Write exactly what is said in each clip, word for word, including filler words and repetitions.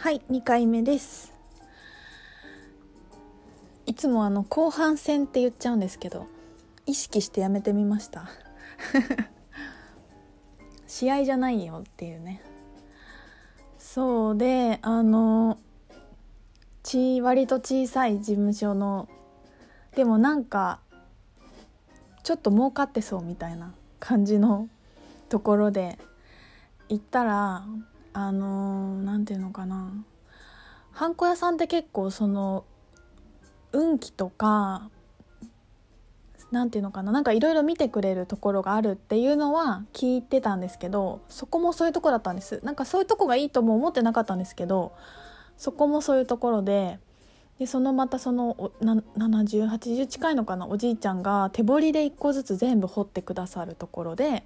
はい、にかいめです。いつもあの後半戦って言っちゃうんですけど、意識してやめてみました試合じゃないよっていうね。そうで、あのち割と小さい事務所の、でもなんかちょっと儲かってそうみたいな感じのところで行ったら、あのなんていうのかな、ハンコ屋さんって結構その運気とかなんていうのかな、なんかいろいろ見てくれるところがあるっていうのは聞いてたんですけど、そこもそういうとこだったんです。なんかそういうとこがいいとも思ってなかったんですけど、そこもそういうところで、でそのまたそのなななじゅう、はちじゅう近いのかな、おじいちゃんが手彫りでいっこずつ全部彫ってくださるところで、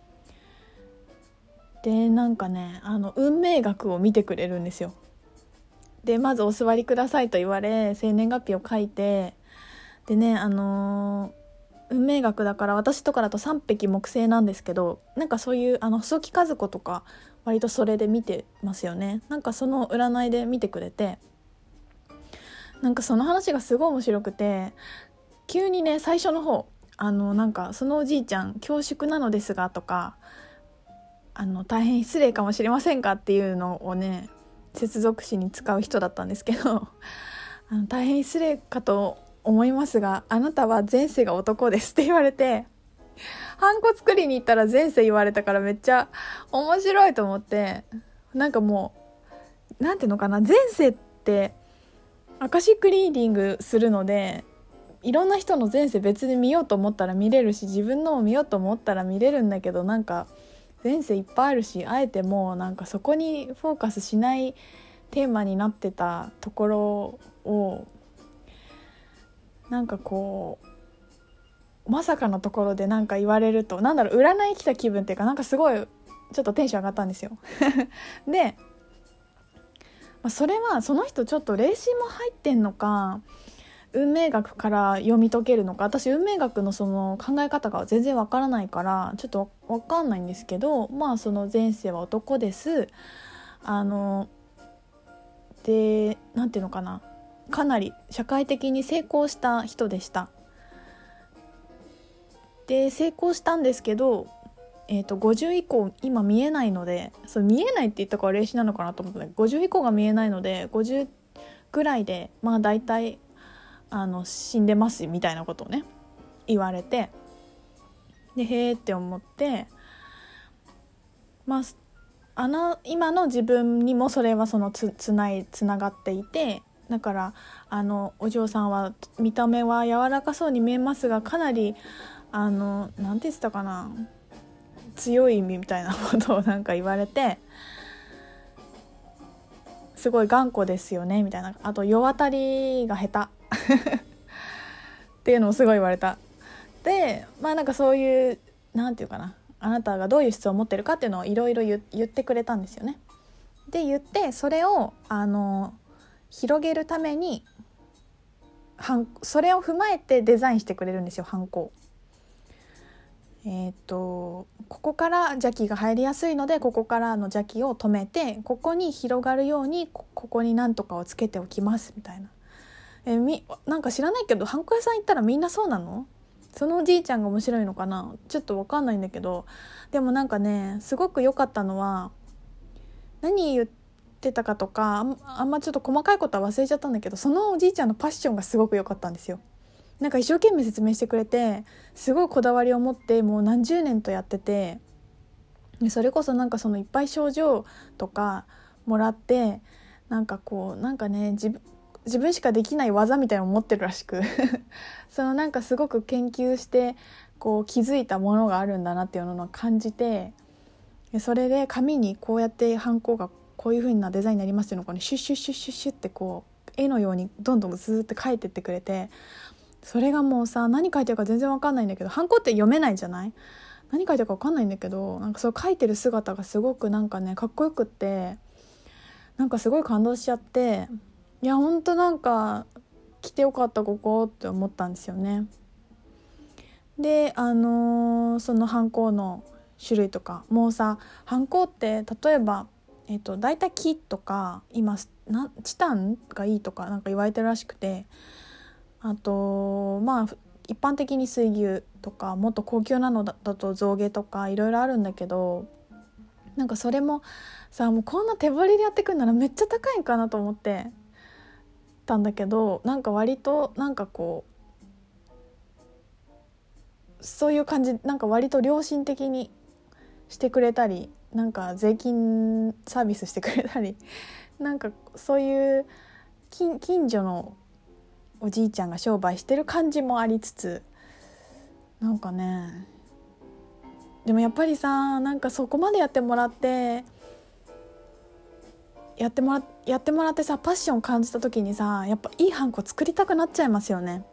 でなんかね、あの運命学を見てくれるんですよ。でまずお座りくださいと言われ、生年月日を書いて、でね、あのー運命学だから私とかだとさん匹木星なんですけど、なんかそういうあの細木数子とか割とそれで見てますよね。なんかその占いで見てくれて、なんかその話がすごい面白くて、急にね最初の方、あのなんかそのおじいちゃん恐縮なのですがとか、あの大変失礼かもしれませんかっていうのをね接続詞に使う人だったんですけどあの大変失礼かと思いますが、あなたは前世が男ですって言われて、ハンコ作りに行ったら前世言われたからめっちゃ面白いと思って、なんかもうなんていうのかな、前世ってアカシックリーディングするので、いろんな人の前世別に見ようと思ったら見れるし、自分のを見ようと思ったら見れるんだけど、なんか前世いっぱいあるし、あえてもうなんかそこにフォーカスしないテーマになってたところを、なんかこうまさかのところでなんか言われると、なんだろう、占い来た気分っていうか、なんかすごいちょっとテンション上がったんですよで、まあ、それはその人ちょっと霊視も入ってんのか、運命学から読み解けるのか、私運命学のその考え方が全然わからないからちょっとわかんないんですけど、まあその前世は男です。あのでなんていうのかな、かなり社会的に成功した人でした。で成功したんですけど、えーと、ごじゅう以降今見えないので、それ見えないって言ったから霊視なのかなと思ったんだけど、ごじゅう以降が見えないのでごじゅうぐらいでまあ大体あの死んでますみたいなことをね言われて、でへーって思って、まああの今の自分にもそれはそのつつないつながっていて、だからあのお嬢さんは見た目は柔らかそうに見えますが、かなりあのなんて言ってたかな、強い意味みたいなことをなんか言われて、すごい頑固ですよねみたいな、あと世渡りが下手っていうのもすごい言われた。でまあなんかそういうなんていうかな、あなたがどういう質を持ってるかっていうのをいろいろ言ってくれたんですよね。で言って、それをあの広げるためにそれを踏まえてデザインしてくれるんですよ、ハンコ。えー、とここから邪気が入りやすいので、ここからの邪気を止めてここに広がるように こ, ここに何とかをつけておきますみたいな。えみなんか知らないけど、ハンコ屋さん行ったらみんなそうなの？そのおじいちゃんが面白いのかな、ちょっと分かんないんだけど、でもなんかねすごく良かったのは、何言ってたかとか あん, あんまちょっと細かいことは忘れちゃったんだけど、そのおじいちゃんのパッションがすごく良かったんですよ。なんか一生懸命説明してくれて、すごいこだわりを持ってもう何十年とやってて、でそれこそなんかそのいっぱい賞状とかもらって、なんかこうなんかね自分自分しかできない技みたいなのを持ってるらしくそのなんかすごく研究してこう気づいたものがあるんだなっていうのを感じて、それで紙にこうやってハンコがこういう風なデザインになりますっていうのを、ね、シュッシュッシュッシュッシュッってこう絵のようにどんどんずーって描いてってくれて、それがもうさ、何書いてるか全然わかんないんだけど、ハンコって読めないじゃない、何書いてるかわかんないんだけど、なんかそう書いてる姿がすごくなんかねかっこよくって、なんかすごい感動しちゃって、いやほんとなんか来てよかったここって思ったんですよね。であのー、そのハンコの種類とかもうさ、ハンコって例えばえっとだいたい木とか今なチタンがいいとかなんか言われてるらしくて、あとまあ一般的に水牛とかもっと高級なのだと象牙とかいろいろあるんだけど、なんかそれもさもうこんな手彫りでやってくんならめっちゃ高いんかなと思ってたんだけど、なんか割となんかこうそういう感じ、なんか割と良心的にしてくれたり、なんか税金サービスしてくれたりなんかそういう近, 近所のおじいちゃんが商売してる感じもありつつ、なんかねでもやっぱりさなんかそこまでやってもらってやってもらやってもらってさパッション感じた時にさやっぱいいハンコ作りたくなっちゃいますよね。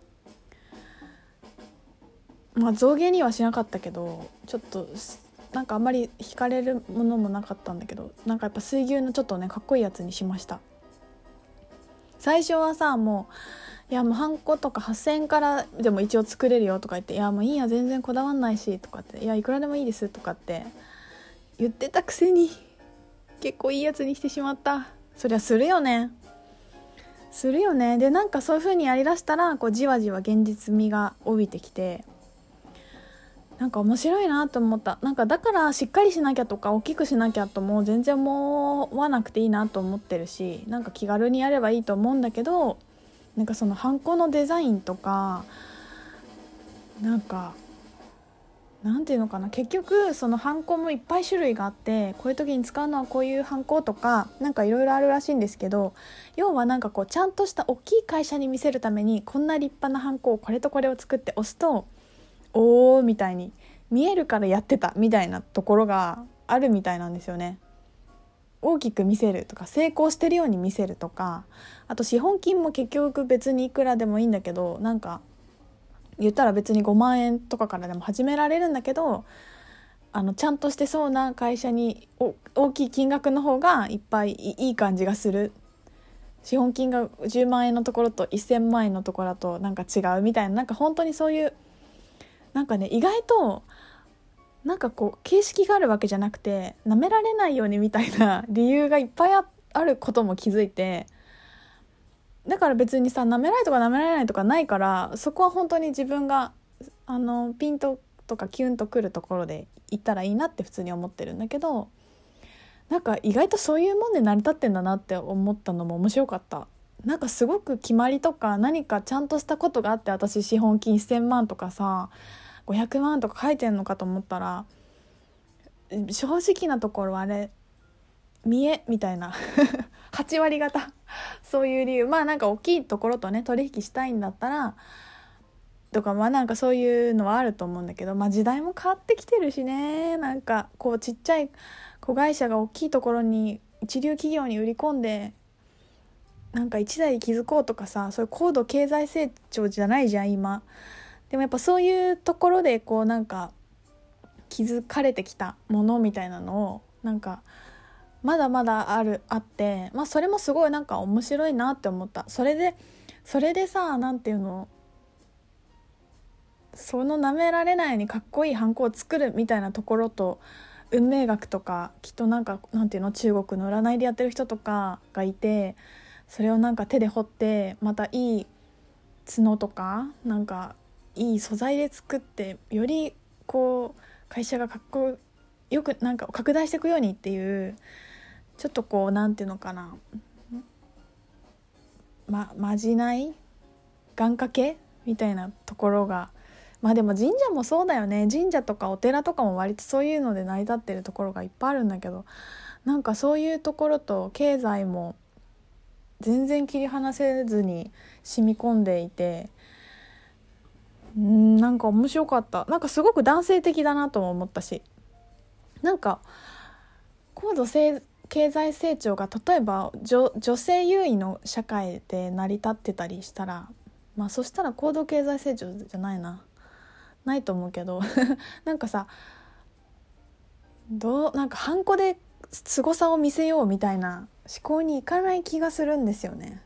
まあ象牙にはしなかったけどちょっとなんかあんまり惹かれるものもなかったんだけど、なんかやっぱ水牛のちょっとねかっこいいやつにしました。最初はさもういやもうハンコとかはっせんえんからでも一応作れるよとか言って、いやもういいや全然こだわんないしとかって、いやいくらでもいいですとかって言ってたくせに結構いいやつにしてしまった。そりゃするよねするよね。でなんかそういう風にやりだしたらこうじわじわ現実味が帯びてきて、なんか面白いなと思った。なんかだからしっかりしなきゃとか大きくしなきゃとも全然思わなくていいなと思ってるし、なんか気軽にやればいいと思うんだけど、なんかそのハンコのデザインとかなんかなんていうのかな、結局そのハンコもいっぱい種類があって、こういう時に使うのはこういうハンコとかなんかいろいろあるらしいんですけど、要はなんかこうちゃんとした大きい会社に見せるためにこんな立派なハンコをこれとこれを作って押すとおーみたいに見えるからやってたみたいなところがあるみたいなんですよね。大きく見せるとか成功してるように見せるとか、あと資本金も結局別にいくらでもいいんだけど、なんか言ったら別にごまんえんとかからでも始められるんだけど、あのちゃんとしてそうな会社にお大きい金額の方がいっぱいいい感じがする。資本金がじゅうまんえんのところとせんまんえんのところだとなんか違うみたいな、なんか本当にそういうなんかね意外となんかこう形式があるわけじゃなくて舐められないようにみたいな理由がいっぱい あ, あることも気づいて、だから別にさ舐められとか舐められないとかないから、そこは本当に自分があのピンととかキュンとくるところで行ったらいいなって普通に思ってるんだけど、なんか意外とそういうもんで成り立ってんだなって思ったのも面白かった。なんかすごく決まりとか何かちゃんとしたことがあって私資本金せんまんとかさごひゃくまんとか書いてんのかと思ったら、正直なところあれ見えみたいなはち割方そういう理由、まあなんか大きいところとね取引したいんだったらとか、まあなんかそういうのはあると思うんだけど、まあ時代も変わってきてるしね、なんかこうちっちゃい子会社が大きいところに一流企業に売り込んでなんか一台築こうとかさ、そういう高度経済成長じゃないじゃん今。でもやっぱそういうところでこうなんか築かれてきたものみたいなのをなんかまだまだあるあって、まあそれもすごいなんか面白いなって思った。それでそれでさなんていうの、その舐められないようにかっこいいハンコを作るみたいなところと運命学とかきっとなんかなんていうの中国の占いでやってる人とかがいて、それをなんか手で彫ってまたいい角とかなんかいい素材で作ってよりこう会社がかっこよくなんか拡大していくようにっていう、ちょっとこうなんていうのかな、ままじない願掛けみたいなところが、まあでも神社もそうだよね。神社とかお寺とかも割とそういうので成り立ってるところがいっぱいあるんだけど、なんかそういうところと経済も全然切り離せずに染み込んでいて、んなんか面白かった。なんかすごく男性的だなとも思ったし、なんか高度経済成長が例えば 女, 女性優位の社会で成り立ってたりしたら、まあそしたら高度経済成長じゃないなないと思うけどなんかさどうなんかハンコで凄さを見せようみたいな思考にいかない気がするんですよね。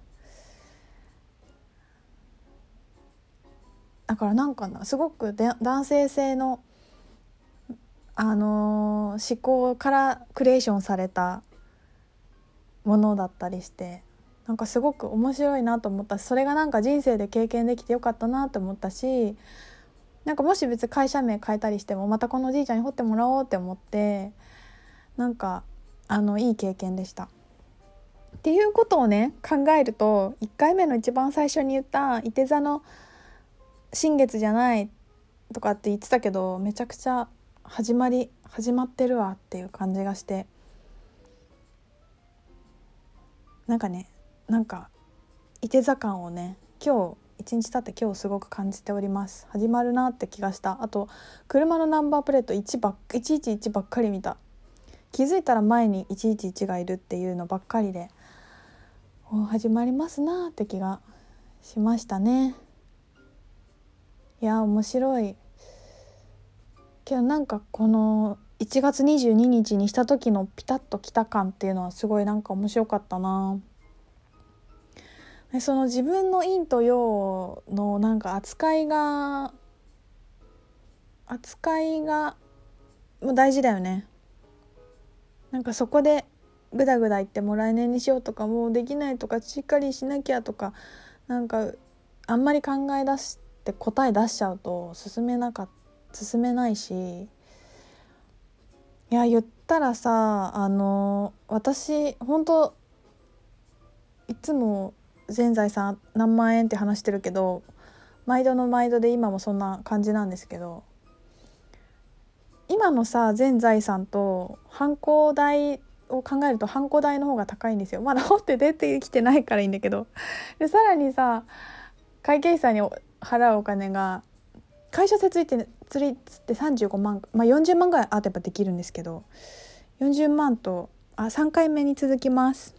だからなんかなすごくで男性性の、あのー思考からクリエーションされたものだったりして、なんかすごく面白いなと思ったし、それがなんか人生で経験できてよかったなと思ったし、なんかもし別に会社名変えたりしてもまたこのおじいちゃんに彫ってもらおうって思って、なんかあのいい経験でしたっていうことをね考えると、いっかいめの一番最初に言ったいて座の新月じゃないとかって言ってたけど、めちゃくちゃ始まり始まってるわっていう感じがして、なんかねなんかいて座感をね今日一日経って今日すごく感じております。始まるなって気がした。あと車のナンバープレートいちばっいちいちいちばっかり見た。気づいたら前にいちいちいちがいるっていうのばっかりで、お始まりますなって気がしましたね。いや面白いけど、なんかこのいちがつにじゅうににちにした時のピタッときた感っていうのはすごいなんか面白かったな。でその自分の陰と陽のなんか扱いが扱いがもう大事だよね。なんかそこでグダグダ言っても来年にしようとか、もうできないとか、しっかりしなきゃとか、なんかあんまり考え出して答え出しちゃうと進めなか進めないし、いや言ったらさ、あの私本当いつも全財産何万円って話してるけど、毎度の毎度で今もそんな感じなんですけど、今のさ全財産と犯行代を考えると犯行代の方が高いんですよ。まだ掘って出てきてないからいいんだけど、でさらにさ会計士さんに払うお金が会社設立ってさんじゅうごまん、まあ、よんじゅうまんぐらいあればできるんですけど、よんじゅうまんとあさんかいめに続きます。